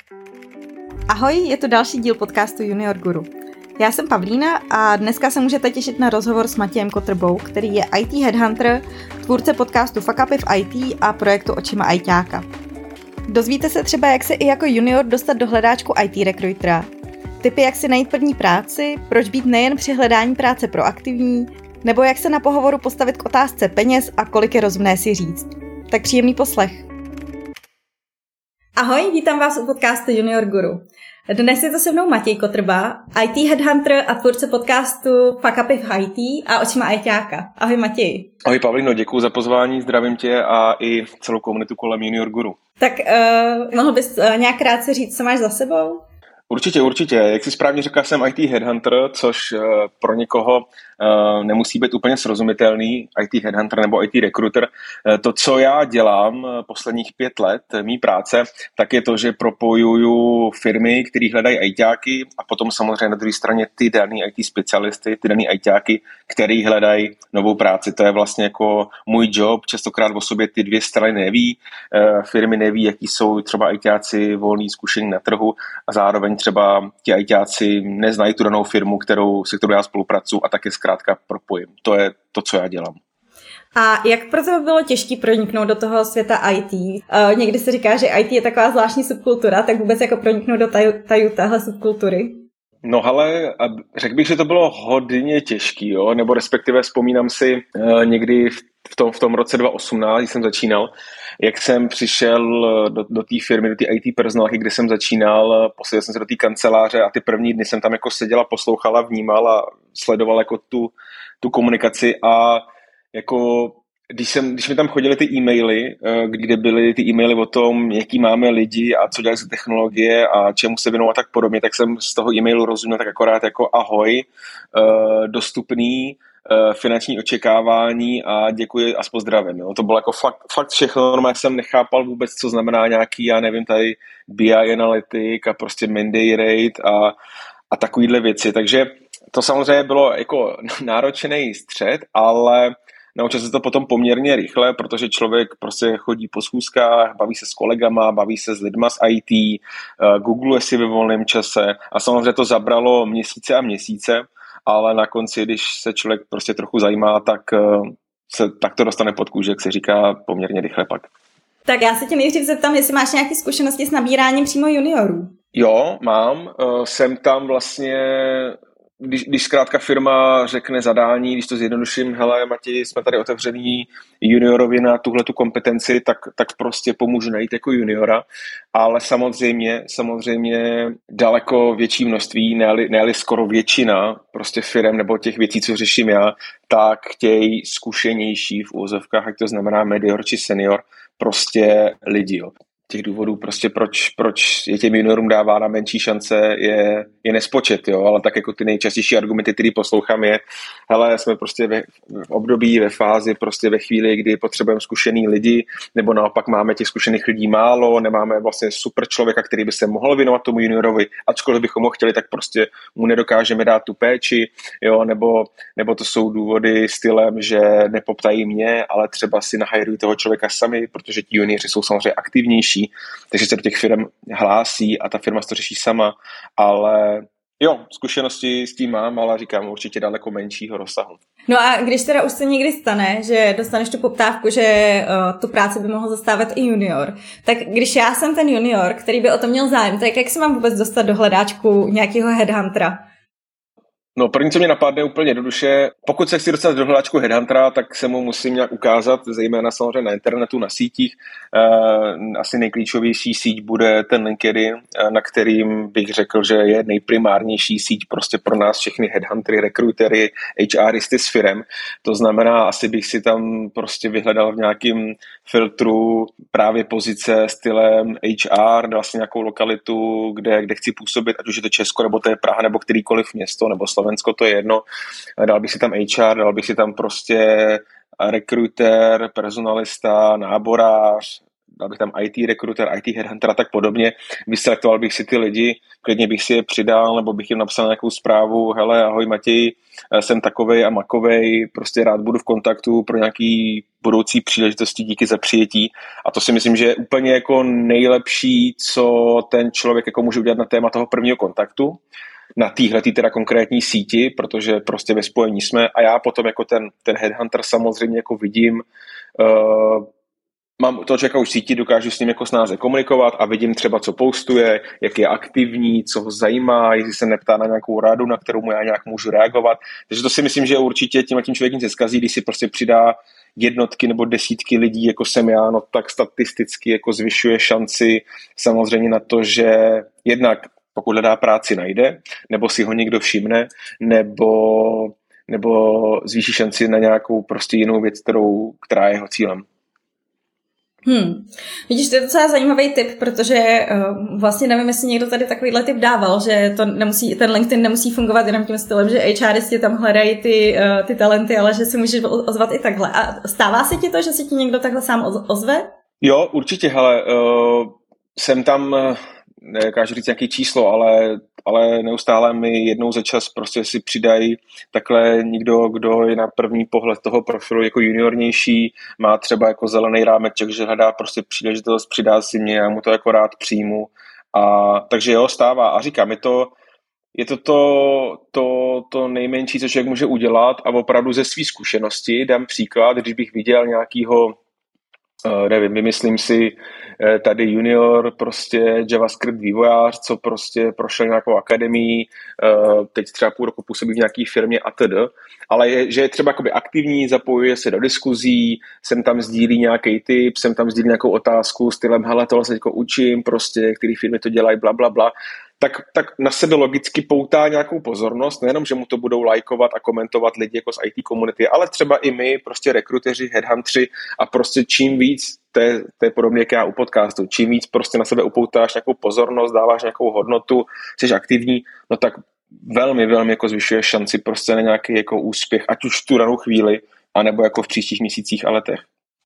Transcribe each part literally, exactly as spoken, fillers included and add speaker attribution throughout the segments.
Speaker 1: Ahoj, je to další díl podcastu Junior Guru. Já jsem Pavlína a dneska se můžete těšit na rozhovor s Matějem Kotrbou, který je í té headhunter, tvůrce podcastu Fuck Upy v í té a projektu Očima ajťáka. Dozvíte se třeba, jak se i jako junior dostat do hledáčku í té rekrutera, tipy, jak si najít první práci, proč být nejen při hledání práce proaktivní, nebo jak se na pohovoru postavit k otázce peněz a kolik je rozumné si říct. Tak příjemný poslech. Ahoj, vítám vás u podcastu Junior Guru. Dnes je to se mnou Matěj Kotrba, í té headhunter a tvůrce podcastu Fuck Upy v í té a Očima ajťáka. Ahoj Matěj.
Speaker 2: Ahoj Pavlino, děkuji za pozvání, zdravím tě a i celou komunitu kolem Junior Guru.
Speaker 1: Tak uh, mohl bys uh, nějak krátce říct, co máš za sebou?
Speaker 2: Určitě, určitě. Jak jsi správně řekla, jsem í té headhunter, což uh, pro někoho uh, nemusí být úplně srozumitelný, í té headhunter nebo í té recruiter. Uh, to, co já dělám uh, posledních pět let, mý práce, tak je to, že propojuju firmy, které hledají ajťáky a potom samozřejmě na druhé straně ty daný í té specialisty, ty daný ajťáky, který hledají novou práci. To je vlastně jako můj job, častokrát o sobě ty dvě strany neví, uh, firmy neví, jaký jsou třeba ajťáci volný, zkušení na trhu a zároveň třeba ti ajťáci neznají tu danou firmu, kterou, se kterou já spolupracuji a taky zkrátka propojím. To je to, co já dělám.
Speaker 1: A jak pro tebe bylo těžké proniknout do toho světa í té? Uh, někdy se říká, že í té je taková zvláštní subkultura, tak vůbec jako proniknout do taju téhle subkultury?
Speaker 2: No ale řekl bych, že to bylo hodně těžký, jo? Nebo respektive vzpomínám si uh, někdy v v tom, v tom roce dva tisíce osmnáct, když jsem začínal, jak jsem přišel do, do té firmy, do té í té personálky, kde jsem začínal, posadil jsem se do té kanceláře a ty první dny jsem tam jako seděla, poslouchala, vnímal a sledoval jako tu, tu komunikaci a jako když, jsem, když mi tam chodily ty e-maily, kde byly ty e-maily o tom, jaký máme lidi a co dělají za technologie a čemu se věnovat tak podobně, tak jsem z toho e-mailu rozuměl tak akorát jako ahoj, dostupný, finanční očekávání a děkuji a s pozdravem. Jo. To bylo jako fakt, fakt všechno, normálně jsem nechápal vůbec, co znamená nějaký, já nevím, tady bé í analytik a prostě Monday rate a, a takovýhle věci. Takže to samozřejmě bylo jako náročný střed, ale naučil se to potom poměrně rychle, protože člověk prostě chodí po schůzkách, baví se s kolegama, baví se s lidma z í té, googluje si ve volném čase a samozřejmě to zabralo měsíce a měsíce, ale na konci, když se člověk prostě trochu zajímá, tak, se, tak to dostane pod kůži, jak se říká, poměrně rychle pak.
Speaker 1: Tak já se tě nejdřív zeptám, jestli máš nějaké zkušenosti s nabíráním přímo juniorů.
Speaker 2: Jo, mám. Jsem tam vlastně, když, když zkrátka firma řekne zadání, když to zjednoduším, hele Matěj, jsme tady otevřený juniorovi na tuhletu kompetenci, tak, tak prostě pomůžu najít jako juniora, ale samozřejmě, samozřejmě daleko větší množství, ne-li, ne-li skoro většina prostě firem nebo těch věcí, co řeším já, tak chtějí zkušenější v úvozovkách, jak to znamená medior či senior, prostě lidi, jo. Těch důvodů prostě proč, proč je těm juniorům dávána menší šance je, je nespočet, jo, ale tak jako ty nejčastější argumenty, které poslouchám je, hele, jsme prostě ve, v období, ve fázi, prostě ve chvíli, kdy potřebujeme zkušený lidi, nebo naopak máme těch zkušených lidí málo, nemáme vlastně super člověka, který by se mohl věnovat tomu juniorovi, ačkoliv bychom ho chtěli, tak prostě mu nedokážeme dát tu péči, jo, nebo, nebo to jsou důvody stylem, že nepoptají mě, ale třeba si nahajrují toho člověka sami, protože ti junioři jsou samozřejmě aktivnější, takže se do těch firm hlásí a ta firma to řeší sama, ale jo, zkušenosti s tím mám, ale říkám určitě daleko menšího rozsahu.
Speaker 1: No a když teda už se někdy stane, že dostaneš tu poptávku, že uh, tu práci by mohl zastávat i junior, tak když já jsem ten junior, který by o to měl zájem, tak jak se mám vůbec dostat do hledáčku nějakého headhuntera?
Speaker 2: No, první, co mě napadne úplně do duše, pokud se chci dostat do hledáčku headhuntera, tak se mu musím nějak ukázat, zejména samozřejmě na internetu, na sítích. Uh, asi nejklíčovější síť bude ten LinkedIn, uh, na kterým bych řekl, že je nejprimárnější síť prostě pro nás všechny headhuntery, rekrutery, HRisty s firem. To znamená, asi bych si tam prostě vyhledal v nějakým filtru právě pozice stylem H R, vlastně nějakou lokalitu, kde, kde chci působit, ať už je to Česko, nebo to je Praha, nebo kterýkoliv město, nebo Slovensko, to je jedno. Dal bych si tam H R, dal bych si tam prostě rekruter, personalista, náborář, abych tam I T rekruter, I T headhunter a tak podobně, vyselektoval bych si ty lidi, klidně bych si je přidal, nebo bych jim napsal nějakou zprávu, hele, ahoj Matěj, jsem takovej a makovej, prostě rád budu v kontaktu pro nějaký budoucí příležitosti, díky za přijetí. A to si myslím, že je úplně jako nejlepší, co ten člověk jako může udělat na téma toho prvního kontaktu, na téhletý teda konkrétní síti, protože prostě ve spojení jsme a já potom jako ten, ten headhunter samozřejmě jako vidím, uh, mám toho člověka už v síti, dokážu s ním jako snáze komunikovat a vidím třeba, co postuje, jak je aktivní, co ho zajímá, jestli se neptá na nějakou radu, na kterou mu já nějak můžu reagovat. Takže to si myslím, že určitě tím a tím člověk nic neskazí, když si prostě přidá jednotky nebo desítky lidí, jako jsem já, no tak statisticky jako zvyšuje šanci samozřejmě na to, že jednak pokud hledá práci najde, nebo si ho někdo všimne, nebo, nebo zvýší šanci na nějakou prostě jinou věc, kterou, která je jeho cílem.
Speaker 1: Hmm. Vidíš, to je docela zajímavý tip, protože uh, vlastně nevím, jestli někdo tady takovýhle tip dával, že to nemusí, ten LinkedIn nemusí fungovat jenom tím stylem, že HRisti tam hledají ty, uh, ty talenty, ale že si můžeš ozvat i takhle. A stává se ti to, že si ti někdo takhle sám ozve?
Speaker 2: Jo, určitě, hele, uh, jsem tam, nedokážu říct nějaké číslo, ale, ale neustále mi jednou za čas prostě si přidají takhle někdo, kdo je na první pohled toho profilu jako juniornější, má třeba jako zelený rámeček, že hledá prostě příležitost, přidá si mě, já mu to jako rád přijmu. A takže jo, stává. A říkám, je to, je to to, to, to nejmenší, co člověk může udělat a opravdu ze své zkušenosti dám příklad, když bych viděl nějakýho, nevím, vymyslím si tady junior, prostě JavaScript vývojář, co prostě prošel nějakou akademii, teď třeba půl roku působí v nějaké firmě a td. Ale je, že je třeba jakoby aktivní, zapojuje se do diskuzí, sem tam sdílí nějaký tip, sem tam sdílí nějakou otázku stylem, hele, tohle se teďko učím, prostě, který firmy to dělají, bla, bla, bla. Tak, tak na sebe logicky poutá nějakou pozornost, nejenom, že mu to budou lajkovat a komentovat lidi jako z I T komunity, ale třeba i my, prostě rekruteři, headhuntři a prostě čím víc, to je, to je podobně jak já u podcastu, čím víc prostě na sebe upoutáš nějakou pozornost, dáváš nějakou hodnotu, jsi aktivní, no tak velmi, velmi jako zvyšuje šanci prostě na nějaký jako úspěch, ať už v tu danou chvíli, anebo jako v příštích měsících a letech.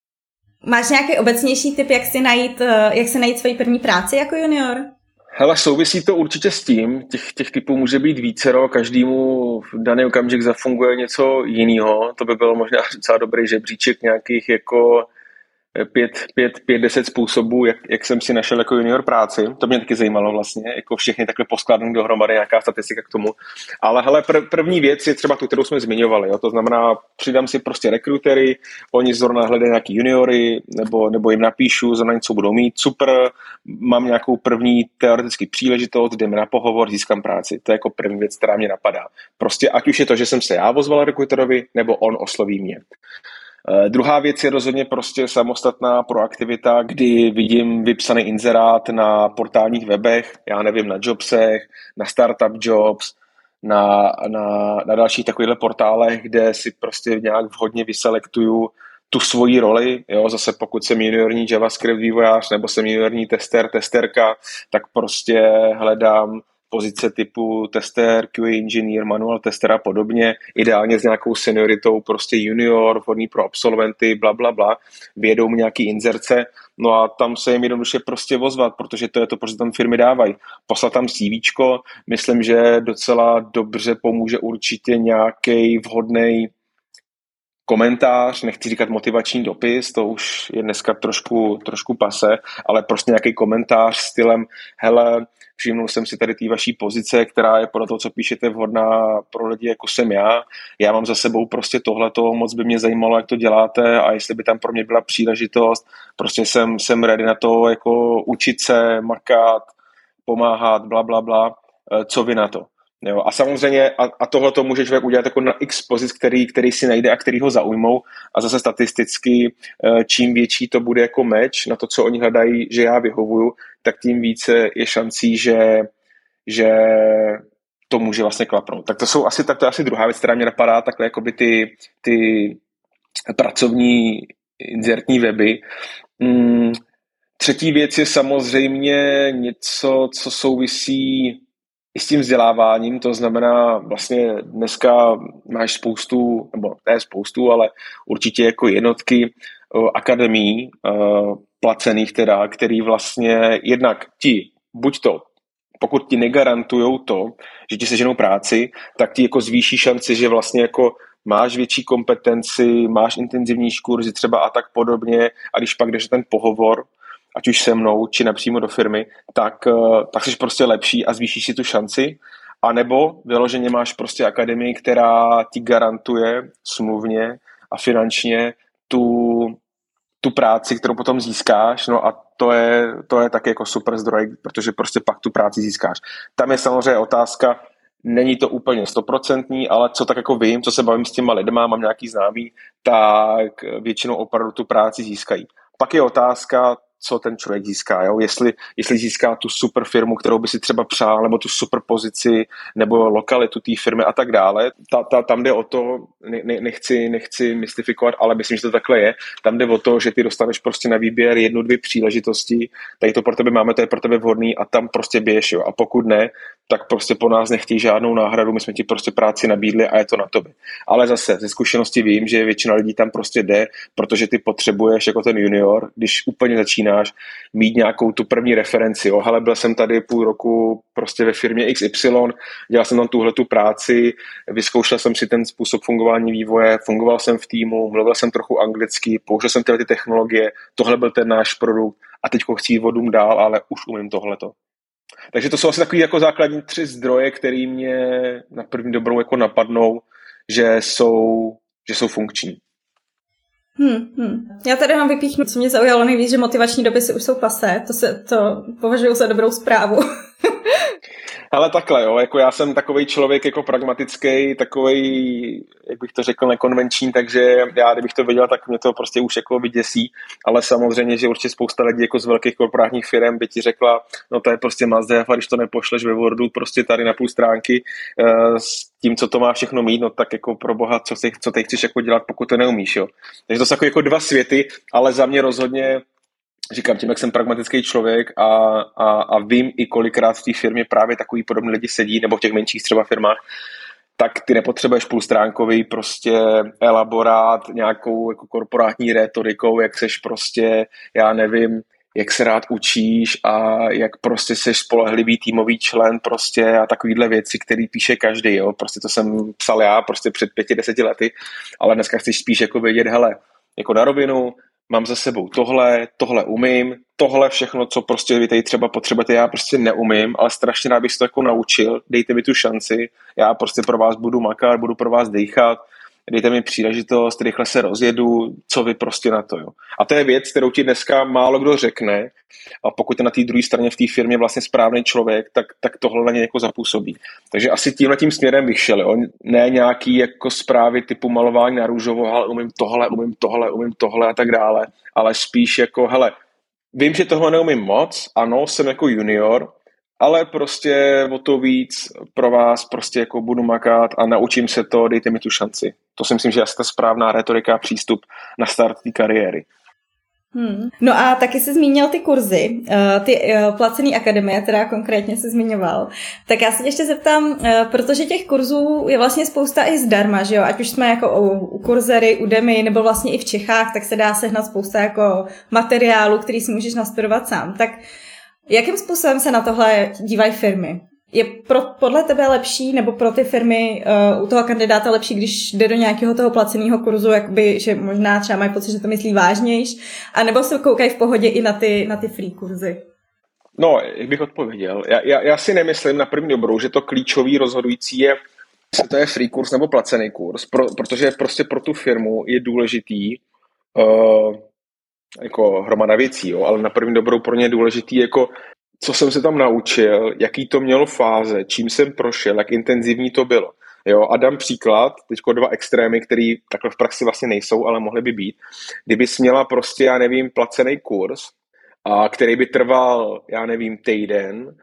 Speaker 1: Máš nějaký obecnější tip, jak si najít, jak si najít svoji první práci jako junior?
Speaker 2: Hele, souvisí to určitě s tím, těch, těch typů může být vícero, každému v daný okamžik zafunguje něco jiného, to by bylo možná docela dobrý žebříček nějakých jako pět, pět, pět, deset způsobů, jak, jak jsem si našel jako junior práci, to mě taky zajímalo vlastně, jako všechny takhle poskládané dohromady, nějaká statistika k tomu, ale hele, pr- první věc je třeba tu, kterou jsme zmiňovali, jo? To znamená, přidám si prostě rekrutery, oni zrovna hledají nějaký juniory, nebo, nebo jim napíšu, zrovna něco budou mít, super, mám nějakou první teoretický příležitost, jdeme na pohovor, získám práci, to je jako první věc, která mě napadá. Prostě ať už je to, že jsem se já ozval rekruterovi, nebo on osloví mě. Uh, druhá věc je rozhodně prostě samostatná proaktivita, kdy vidím vypsaný inzerát na portálních webech, já nevím, na Jobsech, na Startup Jobs, na, na, na dalších takovýchhle portálech, kde si prostě nějak vhodně vyselektuju tu svoji roli, jo, zase pokud jsem juniorní JavaScript vývojář nebo jsem juniorní tester, testerka, tak prostě hledám pozice typu tester, Q A engineer, manual tester a podobně, ideálně s nějakou senioritou, prostě junior, vhodný pro absolventy, bla, bla, bla, vědou mi nějaký inzerce, no a tam se jim jednoduše prostě ozvat, protože to je to, protože tam firmy dávají. Poslat tam CVčko, myslím, že docela dobře pomůže určitě nějaký vhodný komentář, nechci říkat motivační dopis, to už je dneska trošku, trošku pase, ale prostě nějaký komentář stylem, hele, všimnul jsem si tady té vaší pozice, která je podle toho, co píšete, vhodná pro lidi, jako jsem já. Já mám za sebou prostě tohleto, moc by mě zajímalo, jak to děláte a jestli by tam pro mě byla příležitost. Prostě jsem, jsem ready na to, jako učit se, makat, pomáhat, bla, bla, bla. Co vy na to? Jo, a samozřejmě, a, a tohle to může člověk udělat jako na x pozic, který, který si najde a který ho zaujmou. A zase statisticky, čím větší to bude jako match na to, co oni hledají, že já vyhovuju, tak tím více je šancí, že, že to může vlastně klapnout. Tak to jsou asi, tak to je asi druhá věc, která mě napadá, takhle jakoby ty, ty pracovní inzertní weby. Hmm, třetí věc je samozřejmě něco, co souvisí i s tím vzděláváním, to znamená vlastně dneska máš spoustu, nebo ne spoustu, ale určitě jako jednotky akademií, placených teda, který vlastně jednak ti, buď to, pokud ti negarantujou to, že ti seženou práci, tak ti jako zvýší šanci, že vlastně jako máš větší kompetenci, máš intenzivnější kurzy třeba a tak podobně a když pak jdeš ten pohovor, ať už se mnou, či napřímo do firmy, tak, tak jsi prostě lepší a zvýšíš si tu šanci. A nebo vyloženě máš prostě akademii, která ti garantuje smluvně a finančně tu, tu práci, kterou potom získáš, no a to je, to je taky jako super zdroj, protože prostě pak tu práci získáš. Tam je samozřejmě otázka, není to úplně stoprocentní, ale co tak jako vím, co se bavím s těma lidma, mám nějaký známý, tak většinou opravdu tu práci získají. Pak je otázka, co ten člověk získá. Jo? Jestli, jestli získá tu super firmu, kterou by si třeba přál, nebo tu super pozici, nebo lokalitu té firmy a tak dále. Ta, ta, tam jde o to, ne, ne, nechci, nechci mystifikovat, ale myslím, že to takhle je. Tam jde o to, že ty dostaneš prostě na výběr jednu, dvě příležitosti, tady to pro tebe máme, to je pro tebe vhodný a tam prostě běž. Jo? A pokud ne, tak prostě po nás nechtějí žádnou náhradu, my jsme ti prostě práci nabídli a je to na tobě. Ale zase ze zkušenosti vím, že většina lidí tam prostě jde, protože ty potřebuješ jako ten junior, když úplně začínáš, mít nějakou tu první referenci. Jo. Hele, byl jsem tady půl roku prostě ve firmě X Y, dělal jsem tam tuhle tu práci, vyzkoušel jsem si ten způsob fungování vývoje, fungoval jsem v týmu, mluvil jsem trochu anglicky, použil jsem tyhle ty technologie, tohle byl ten náš produkt a teď chci jít vodům dál, ale už umím tohleto. Takže to jsou asi takový jako základní tři zdroje, které mě na první dobrou jako napadnou, že jsou, že jsou funkční.
Speaker 1: Hmm, hmm. Já tady mám vypíchnout, co mě zaujalo nejvíc, že motivační dopisy už jsou pasé. To se to považuji za dobrou zprávu.
Speaker 2: Ale takhle, jo, jako já jsem takovej člověk jako pragmatický, takovej, jak bych to řekl, nekonvenční, takže já, kdybych to viděl, tak mě to prostě už jako vyděsí, ale samozřejmě, že určitě spousta lidí jako z velkých korporátních firm by ti řekla, no to je prostě must have, a když to nepošleš ve Wordu prostě tady na půl stránky uh, s tím, co to má všechno mít, no tak jako pro boha, co, si, co teď chceš jako dělat, pokud to neumíš, jo. Takže to jsou jako dva světy, ale za mě rozhodně říkám tím, jak jsem pragmatický člověk a, a, a vím i kolikrát v té firmě právě takový podobný lidi sedí, nebo v těch menších třeba firmách, tak ty nepotřebuješ půlstránkový prostě elaborát nějakou jako korporátní rétorikou, jak seš prostě, já nevím, jak se rád učíš a jak prostě seš spolehlivý týmový člen prostě a takovýhle věci, který píše každý, jo. Prostě to jsem psal já prostě před pěti, deseti lety, ale dneska chceš spíš jako vědět, hele, jako na rovinu, mám za sebou tohle, tohle umím, tohle všechno, co prostě vy tady třeba potřebujete, já prostě neumím, ale strašně rád bych se to jako naučil, dejte mi tu šanci, já prostě pro vás budu makat, budu pro vás dejchat, dejte mi příležitost, rychle se rozjedu, co vy prostě na to. Jo. A to je věc, kterou ti dneska málo kdo řekne a pokud je na té druhé straně v té firmě vlastně správný člověk, tak, tak tohle na ně jako zapůsobí. Takže asi tímhletím směrem bych šel. Jo. Ne nějaký jako zprávy typu malování na růžovo, ale umím tohle, umím tohle, umím tohle a tak dále, ale spíš jako, hele, vím, že tohle neumím moc, ano, jsem jako junior, ale prostě o to víc pro vás prostě jako budu makat a naučím se to, dejte mi tu šanci. To si myslím, že je asi ta správná retorika a přístup na start té kariéry.
Speaker 1: Hmm. No a taky jsi zmínil ty kurzy, ty placený akademie, teda konkrétně jsi zmiňoval. Tak já se ještě zeptám, protože těch kurzů je vlastně spousta i zdarma, že jo? Ať už jsme jako u, u Coursera, Udemy, nebo vlastně i v Čechách, tak se dá sehnat spousta jako materiálu, který si můžeš nastudovat sám. Tak jakým způsobem se na tohle dívají firmy? Je pro, podle tebe lepší, nebo pro ty firmy uh, u toho kandidáta lepší, když jde do nějakého toho placeného kurzu, jakoby, že možná třeba mají pocit, že to myslí vážnějš, anebo se koukají v pohodě i na ty, na ty free kurzy?
Speaker 2: No, jak bych odpověděl. Já, já, já si nemyslím na první dobrou, že to klíčový rozhodující je, jestli to je free kurz nebo placený kurz, pro, protože prostě pro tu firmu je důležitý uh, jako hromada věcí, jo, ale na první dobrou pro ně je důležitý jako co jsem se tam naučil, jaký to mělo fáze, čím jsem prošel, jak intenzivní to bylo. Jo, a dám příklad, teďko dva extrémy, který takhle v praxi vlastně nejsou, ale mohly by být. Kdybys měla prostě, já nevím, placený kurz, a který by trval, já nevím, týden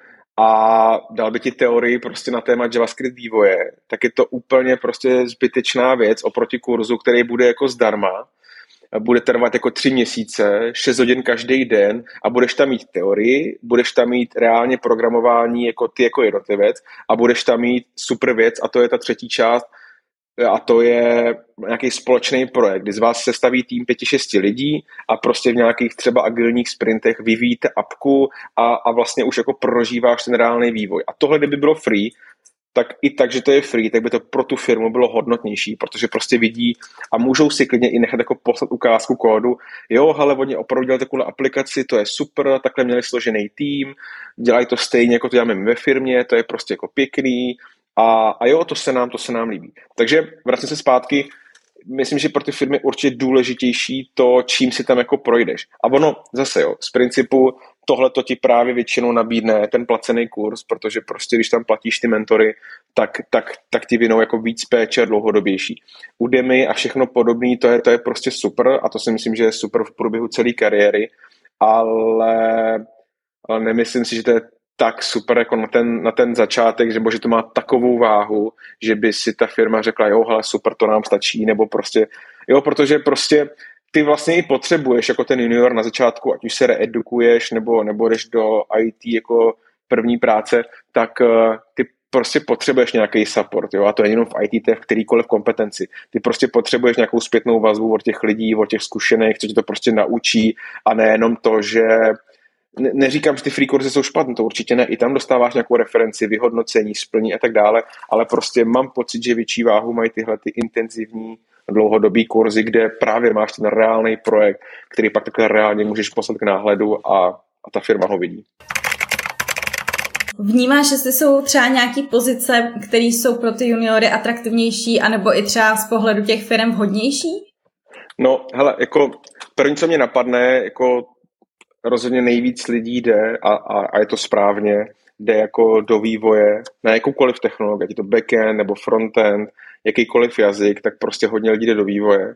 Speaker 2: a dal by ti teorii prostě na téma JavaScript vývoje, tak je to úplně prostě zbytečná věc oproti kurzu, který bude jako zdarma, bude trvat jako tři měsíce, šest hodin každý den a budeš tam mít teorii, budeš tam mít reálně programování jako ty jako jednotlivec a budeš tam mít super věc a to je ta třetí část, a to je nějaký společný projekt, kdy z vás se staví tým pěti, šesti lidí a prostě v nějakých třeba agilních sprintech vyvíjíte apku a, a vlastně už jako prožíváš ten reálný vývoj. A tohle, kdyby bylo free, tak i tak, že to je free, tak by to pro tu firmu bylo hodnotnější, protože prostě vidí a můžou si klidně i nechat jako poslat ukázku kódu. Jo, hele, oni opravdu dělají takovou aplikaci, to je super, takhle měli složený tým, dělají to stejně, jako to děláme my ve firmě, to je prostě jako pěkný a, a jo, to se nám, to se nám líbí. Takže vracím se zpátky, myslím, že pro ty firmy určitě důležitější to, čím si tam jako projdeš. A ono zase jo, z principu tohle to ti právě většinou nabídne ten placený kurz, protože prostě když tam platíš ty mentory, tak, tak, tak ti vinou jako víc péče a dlouhodobější. Udemy a všechno podobné, to je, to je prostě super a to si myslím, že je super v průběhu celé kariéry, ale, ale nemyslím si, že to je tak super jako na ten, na ten začátek, že, že to má takovou váhu, že by si ta firma řekla, jo, hele, super, to nám stačí, nebo prostě, jo, protože prostě ty vlastně i potřebuješ jako ten junior na začátku, ať už se reedukuješ, nebo, nebo jdeš do í té jako první práce, tak uh, ty prostě potřebuješ nějaký support, jo, a to je jenom v í té, to je v kterýkoliv kompetenci. Ty prostě potřebuješ nějakou zpětnou vazbu od těch lidí, od těch zkušených, co ti to prostě naučí a nejenom to, že Ne, neříkám, že ty free kurzy jsou špatné, to určitě ne. I tam dostáváš nějakou referenci, vyhodnocení, splní a tak dále, ale prostě mám pocit, že větší váhu mají tyhle ty intenzivní dlouhodobý kurzy, kde právě máš ten reálný projekt, který pak takhle reálně můžeš poslat k náhledu a, a ta firma ho vidí.
Speaker 1: Vnímáš, jestli jsou třeba nějaké pozice, které jsou pro ty juniory atraktivnější, anebo i třeba z pohledu těch firm vhodnější?
Speaker 2: No, hele, jako první, co mě napadne, jako rozhodně nejvíc lidí jde a, a, a je to správně, jde jako do vývoje na jakoukoliv technologii, ať je to backend nebo frontend, jakýkoliv jazyk, tak prostě hodně lidí jde do vývoje,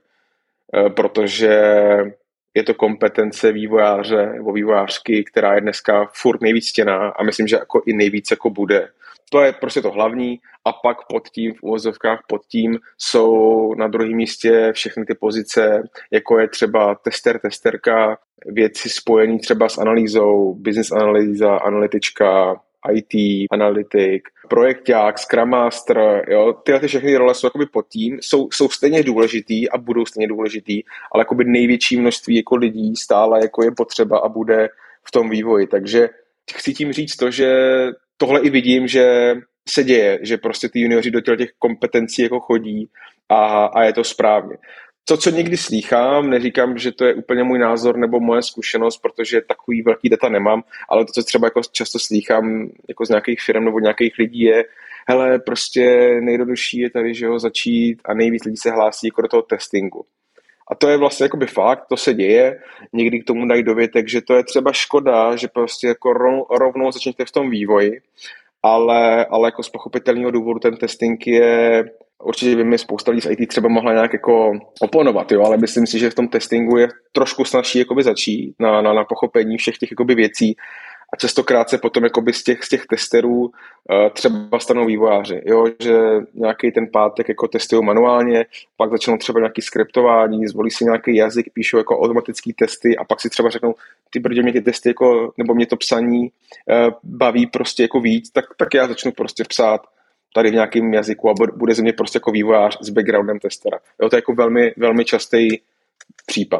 Speaker 2: protože je to kompetence vývojáře nebo vývojářky, která je dneska furt nejvíc ctěná a myslím, že jako i nejvíc jako bude. To je prostě to hlavní a pak pod tím, v uvozovkách pod tím jsou na druhém místě všechny ty pozice, jako je třeba tester, testerka, věci spojené třeba s analýzou, business analýza, analytička, í té, analytik, projekták, Scrum Master, jo, tyhle ty všechny role jsou jakoby pod tím, jsou, jsou stejně důležitý a budou stejně důležitý, ale jakoby největší množství jako lidí stále jako je potřeba a bude v tom vývoji, takže chci tím říct to, že tohle i vidím, že se děje, že prostě ty junioři do těch kompetencí jako chodí a, a je to správně. To, co někdy slýchám, neříkám, že to je úplně můj názor nebo moje zkušenost, protože takový velký data nemám, ale to, co třeba jako často slýchám jako z nějakých firm nebo nějakých lidí je, hele, prostě nejjednodušší je tady, že jo, začít a nejvíc lidí se hlásí jako do toho testingu. A to je vlastně jakoby fakt, to se děje, někdy k tomu dají dovětek, že to je třeba škoda, že prostě jako rovnou začnete v tom vývoji, ale, ale jako z pochopitelného důvodu ten testing je, určitě by mi spousta lidí z í té třeba mohla nějak jako oponovat, jo, ale myslím si, že v tom testingu je trošku snazší jakoby začít na, na, na pochopení všech těch jakoby věcí a častokrát se potom jakoby z těch, z těch testerů uh, třeba stanou vývojáři, jo, že nějaký ten pátek jako testují manuálně, pak začnou třeba nějaký skriptování, zvolí si nějaký jazyk, píšou jako automatický testy a pak si třeba řeknou, ty brdě, mě ty testy jako, nebo mě to psaní uh, baví prostě jako víc, tak, tak já začnu prostě psát tady v nějakém jazyku a bude ze mě prostě jako vývojář s backgroundem testera. Jo, to je jako velmi, velmi častý případ.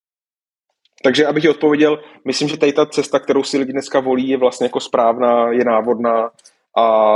Speaker 2: Takže abych ti odpověděl, myslím, že tady ta cesta, kterou si lidi dneska volí, je vlastně jako správná, je návodná a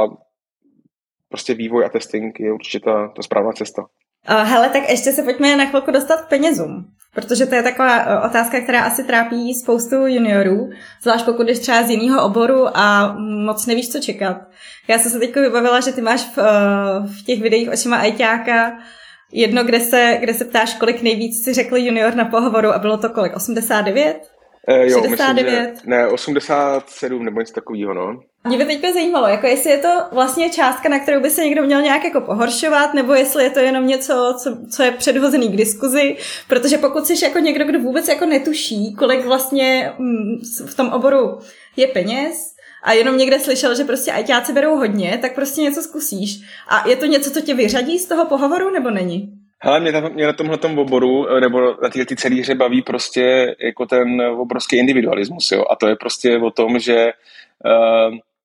Speaker 2: prostě vývoj a testing je určitě ta, ta správná cesta.
Speaker 1: Hele, tak ještě se pojďme na chvilku dostat k penězům, protože to je taková otázka, která asi trápí spoustu juniorů, zvlášť pokud jdeš třeba z jiného oboru a moc nevíš, co čekat. Já jsem se teď vybavila, že ty máš v, v těch videích očima ajťáka jedno, kde se, kde se ptáš, kolik nejvíc si řekl junior na pohovoru a bylo to kolik? osmdesát devět?
Speaker 2: E, jo, šedesát devět? Myslím, že ne, osmdesát sedm nebo něco takového, no.
Speaker 1: Mě by teď zajímalo, jako jestli je to vlastně částka, na kterou by se někdo měl nějak jako pohoršovat, nebo jestli je to jenom něco, co, co je předhozený k diskuzi, protože pokud jsi jako někdo, kdo vůbec jako netuší, kolik vlastně v tom oboru je peněz, a jenom někde slyšel, že prostě ajťáci berou hodně, tak prostě něco zkusíš. A je to něco, co tě vyřadí z toho pohovoru, nebo není?
Speaker 2: Hele, mě, tam, mě na tomhletom oboru, nebo na té ty celé hře baví prostě jako ten obrovský individualismus, jo. A to je prostě o tom, že uh,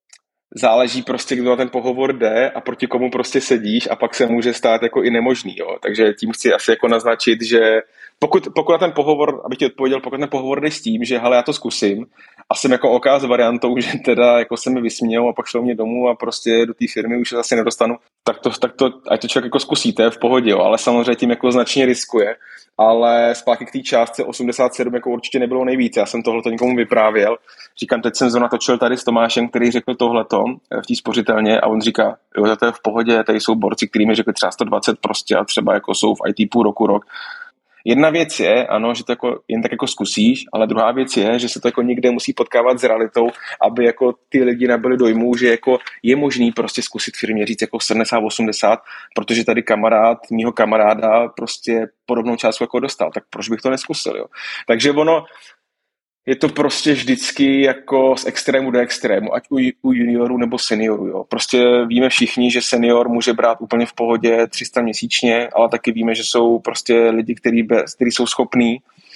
Speaker 2: záleží prostě, kdo na ten pohovor jde a proti komu prostě sedíš a pak se může stát jako i nemožný, jo. Takže tím chci asi jako naznačit, že pokud, pokud na ten pohovor, abych ti odpověděl, pokud na ten pohovor jde s tím, že hele, já to zkusím a jsem jako OK s variantou, že teda jako se mi vysmějou a pak šlo mě domů a prostě do té firmy už se zase nedostanu, tak to, tak to, ať to člověk jako zkusíte v pohodě, jo, ale samozřejmě tím jako značně riskuje. Ale zpátky k té částce osmdesát sedm jako určitě nebylo nejvíc. Já jsem tohleto někomu vyprávěl. Říkám, teď jsem zrovna točil tady s Tomášem, který řekl tohleto v té spořitelně a on říká, jo, to je v pohodě, tady jsou borci, který mi řekli třeba sto dvacet prostě a třeba jako jsou v í té půl roku, rok. Jedna věc je, ano, že to jako, jen tak jako zkusíš, ale druhá věc je, že se to jako někde musí potkávat s realitou, aby jako ty lidi nabyli dojmu, že jako je možný prostě zkusit firmě říct jako sedmdesát osmdesát, protože tady kamarád, mýho kamaráda prostě podobnou částku jako dostal, tak proč bych to neskusil, jo? Takže ono, je to prostě vždycky jako z extrému do extrému, ať u, u juniorů nebo seniorů. Jo. Prostě víme všichni, že senior může brát úplně v pohodě tři sta měsíčně, ale taky víme, že jsou prostě lidi, kteří jsou schopní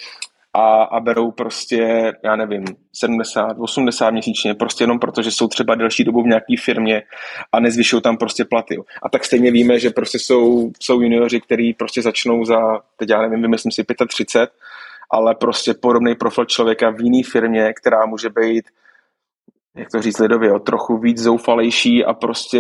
Speaker 2: a, a berou prostě, já nevím, sedmdesát, osmdesát měsíčně, prostě jenom proto, že jsou třeba delší dobu v nějaké firmě a nezvyšují tam prostě platy. Jo. A tak stejně víme, že prostě jsou, jsou junioři, kteří prostě začnou za, teď já nevím, vymyslím si třicet pět, ale prostě podobný profil člověka v jiné firmě, která může být, jak to říct lidově, o trochu víc zoufalejší a prostě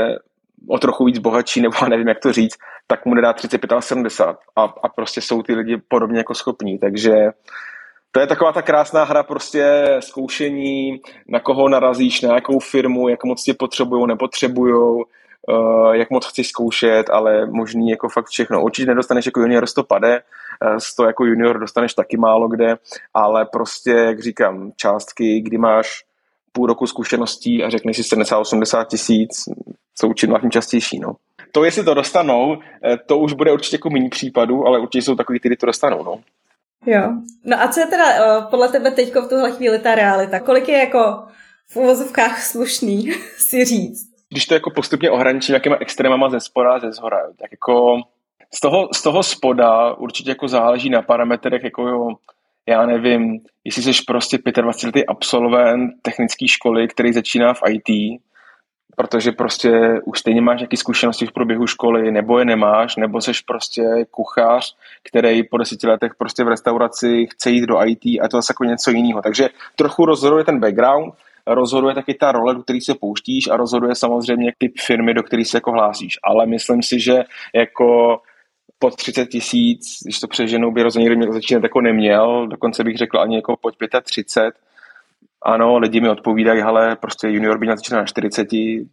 Speaker 2: o trochu víc bohatší, nebo nevím, jak to říct, tak mu nedá třicet pět, ale sedmdesát. A, a prostě jsou ty lidi podobně jako schopní. Takže to je taková ta krásná hra prostě zkoušení, na koho narazíš, na jakou firmu, jak moc tě potřebujou, nepotřebujou, Uh, jak moc chceš zkoušet, ale možný jako fakt všechno. Určitě nedostaneš jako junior sto pade, sto jako junior dostaneš taky málo kde, ale prostě, jak říkám, částky, kdy máš půl roku zkušeností a řekneš si sedmdesát osmdesát tisíc, jsou čím tím častější. No. To, jestli to dostanou, to už bude určitě jako méně případů, ale určitě jsou takový, kteří to dostanou. No.
Speaker 1: Jo. No a co je teda podle tebe teďko v tuhle chvíli ta realita? Kolik je jako v uvozovkách slušný si říct?
Speaker 2: Když to jako postupně ohraničím nějakýma extrémama ze spoda a ze zhora, tak jako z toho, z toho spoda určitě jako záleží na parametrech, jako jo, já nevím, jestli jsi prostě dvacetiletý absolvent technické školy, který začíná v í té, protože prostě už stejně máš nějaké zkušenosti v průběhu školy, nebo je nemáš, nebo jsi prostě kuchař, který po deseti letech prostě v restauraci chce jít do í té a to je jako něco jiného. Takže trochu rozhoduje ten background, rozhoduje taky ta role, do který se pouštíš a rozhoduje samozřejmě typ firmy, do který se jako hlásíš. Ale myslím si, že jako pod třicet tisíc, když to přeženou, by rozhodně někdo začínat jako neměl, dokonce bych řekl ani jako pod třicet pět. Ano, lidi mi odpovídají, ale prostě junior by měl začínat na čtyřicet.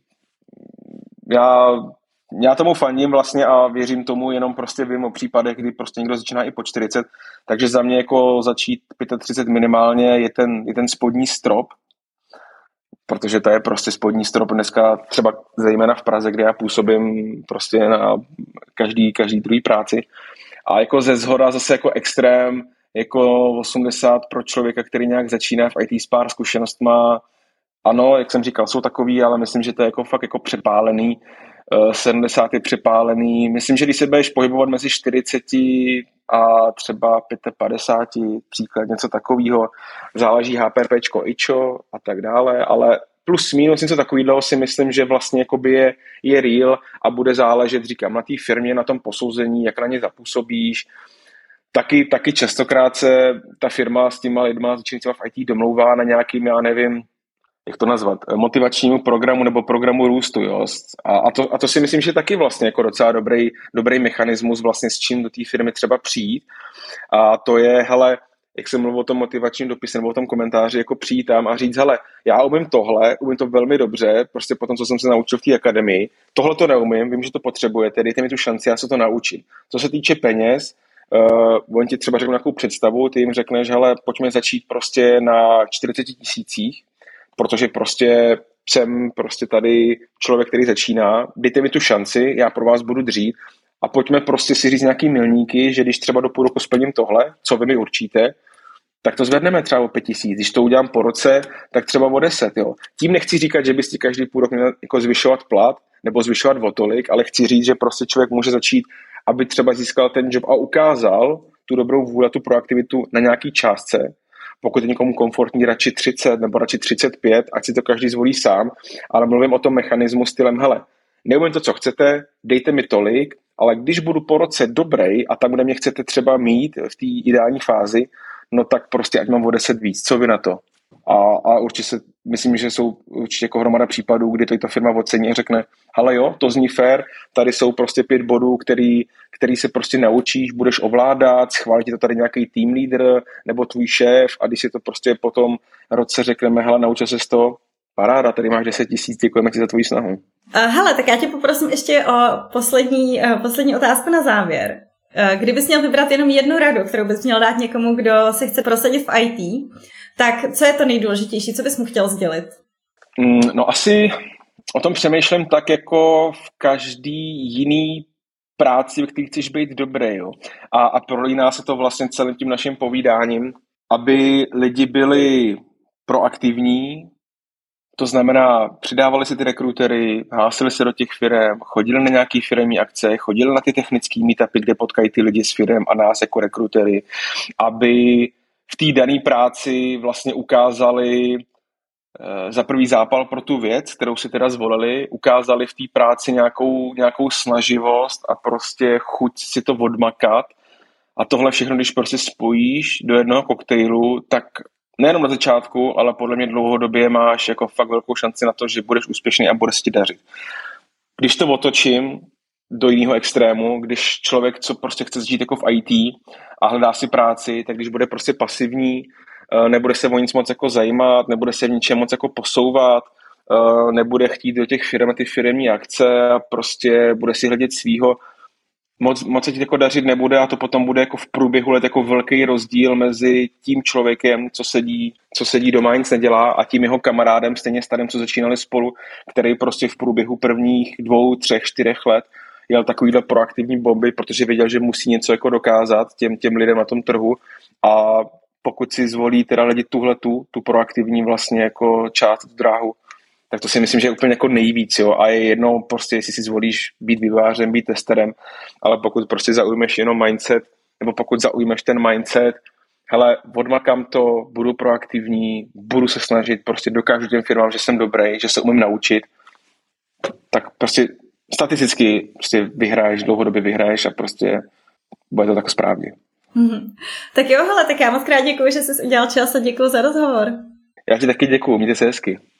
Speaker 2: Já, já tomu fandím vlastně a věřím tomu, jenom prostě vím o případech, kdy prostě někdo začíná i po čtyřicet, takže za mě jako začít třicet pět minimálně je ten, je ten spodní strop, protože to je prostě spodní strop dneska třeba zejména v Praze, kde já působím prostě na každý, každý druhý práci. A jako ze zhora zase jako extrém, jako osmdesát pro člověka, který nějak začíná v í té s pár zkušenostma. Ano, jak jsem říkal, jsou takový, ale myslím, že to je jako fakt jako přepálený. sedmdesát je přepálený. Myslím, že když se budeš pohybovat mezi čtyřicet a třeba padesát pět, příklad něco takového, záleží HPPčko, ičo a tak dále, ale plus minus něco takového si myslím, že vlastně jakoby je, je real a bude záležet, říkám, na té firmě, na tom posouzení, jak na ně zapůsobíš. Taky, taky častokrát se ta firma s těma lidma začínajícíma v í té domlouvá na nějakým, já nevím, jak to nazvat, motivačnímu programu nebo programu růstu. Jo? A, a, to, a to si myslím, že taky vlastně jako docela dobrý, dobrý mechanismus vlastně s čím do té firmy třeba přijít. A to je, hele, jak jsem mluvil o tom motivačním dopise nebo o tom komentáři, jako přijít tam a říct, hele, já umím tohle, umím to velmi dobře, prostě po tom, co jsem se naučil v té akademii, tohle to neumím, vím, že to potřebujete, dejte mi tu šanci, já se to naučím. Co se týče peněz, Uh, on ti třeba řekne nějakou představu, ty jim řekneš, hele, pojďme začít prostě na čtyřicet tisících, protože prostě jsem prostě tady člověk, který začíná, dejte mi tu šanci, já pro vás budu dřít a pojďme prostě si říct nějaký milníky, že když třeba do půl roku splním tohle, co vy mi určíte, tak to zvedneme třeba o pět tisíc. Když to udělám po roce, tak třeba o deset. Jo. Tím nechci říkat, že byste každý půl rok měl jako zvyšovat plat nebo zvyšovat o tolik, ale chci říct, že prostě člověk může začít, aby třeba získal ten job a ukázal tu dobrou vůli, tu proaktivitu na nějaký částce. pokud je někomu komfortní radši třicet nebo radši třicet pět, ať si to každý zvolí sám, ale mluvím o tom mechanismu stylem, hele, neumím to, co chcete, dejte mi tolik, ale když budu po roce dobrý a tam, kde mě chcete třeba mít v té ideální fázi, no tak prostě ať mám o deset víc, co vy na to? A, a určitě se, myslím, že jsou určitě jako hromada případů, kdy to i ta firma ocení a řekne, hele jo, to zní fair, tady jsou prostě pět bodů, který, který se prostě naučíš, budeš ovládat, schválí ti to tady nějaký team leader nebo tvůj šéf a když si to prostě po tom roce řekneme, hele, naučil ses to, paráda, tady máš deset tisíc, děkujeme ti za tvoji snahu.
Speaker 1: Hele, tak já tě poprosím ještě o poslední, poslední otázku na závěr. Kdybys měl vybrat jenom jednu radu, kterou bys měl dát někomu, kdo se chce prosadit v í té, tak co je to nejdůležitější, co bys mu chtěl sdělit?
Speaker 2: Mm, no asi o tom přemýšlím tak jako v každý jiný práci, v který chceš být dobrý. Jo? A, a prolíná se to vlastně celým tím naším povídáním, aby lidi byli proaktivní, to znamená, přidávali si ty rekrutery, hlásili se do těch firem, chodili na nějaký firemní akce, chodili na ty technické meetupy, kde potkají ty lidi s firem a nás jako rekrutery, aby v té dané práci vlastně ukázali eh, za prvý zápal pro tu věc, kterou si teda zvolili, ukázali v té práci nějakou, nějakou snaživost a prostě chuť si to odmakat. A tohle všechno, když prostě spojíš do jednoho koktejlu, tak nejenom na začátku, ale podle mě dlouhodobě máš jako fakt velkou šanci na to, že budeš úspěšný a bude se ti dařit. Když to otočím do jiného extrému, když člověk, co prostě chce žít jako v í té a hledá si práci, tak když bude prostě pasivní, nebude se o nic moc jako zajímat, nebude se v ničem moc jako posouvat, nebude chtít do těch firm a ty firemní akce a prostě bude si hledět svýho, Moc, moc se ti jako dařit nebude a to potom bude jako v průběhu let jako velký rozdíl mezi tím člověkem, co sedí, co sedí doma, nic nedělá a tím jeho kamarádem, stejně starým, co začínali spolu, který prostě v průběhu prvních dvou, třech, čtyřech let jel takovýhle proaktivní bomby, protože věděl, že musí něco jako dokázat těm, těm lidem na tom trhu a pokud si zvolí teda lidi tuhletu, tu proaktivní vlastně jako část dráhu, tak to si myslím, že je úplně jako nejvíc, jo, a je jedno prostě, jestli si zvolíš být vývojářem, být testerem, ale pokud prostě zaujmeš jenom mindset, nebo pokud zaujmeš ten mindset, hele, odmakám to, budu proaktivní, budu se snažit, prostě dokážu těm firmám, že jsem dobrý, že se umím naučit, tak prostě statisticky prostě vyhraješ, dlouhodobě vyhraješ a prostě bude to tak správně.
Speaker 1: Mm-hmm. Tak jo, hele, tak já moc krát děkuji, že jsi udělal čas a děkuji za rozhovor.
Speaker 2: Já ti taky děkuji, mějte se hezky.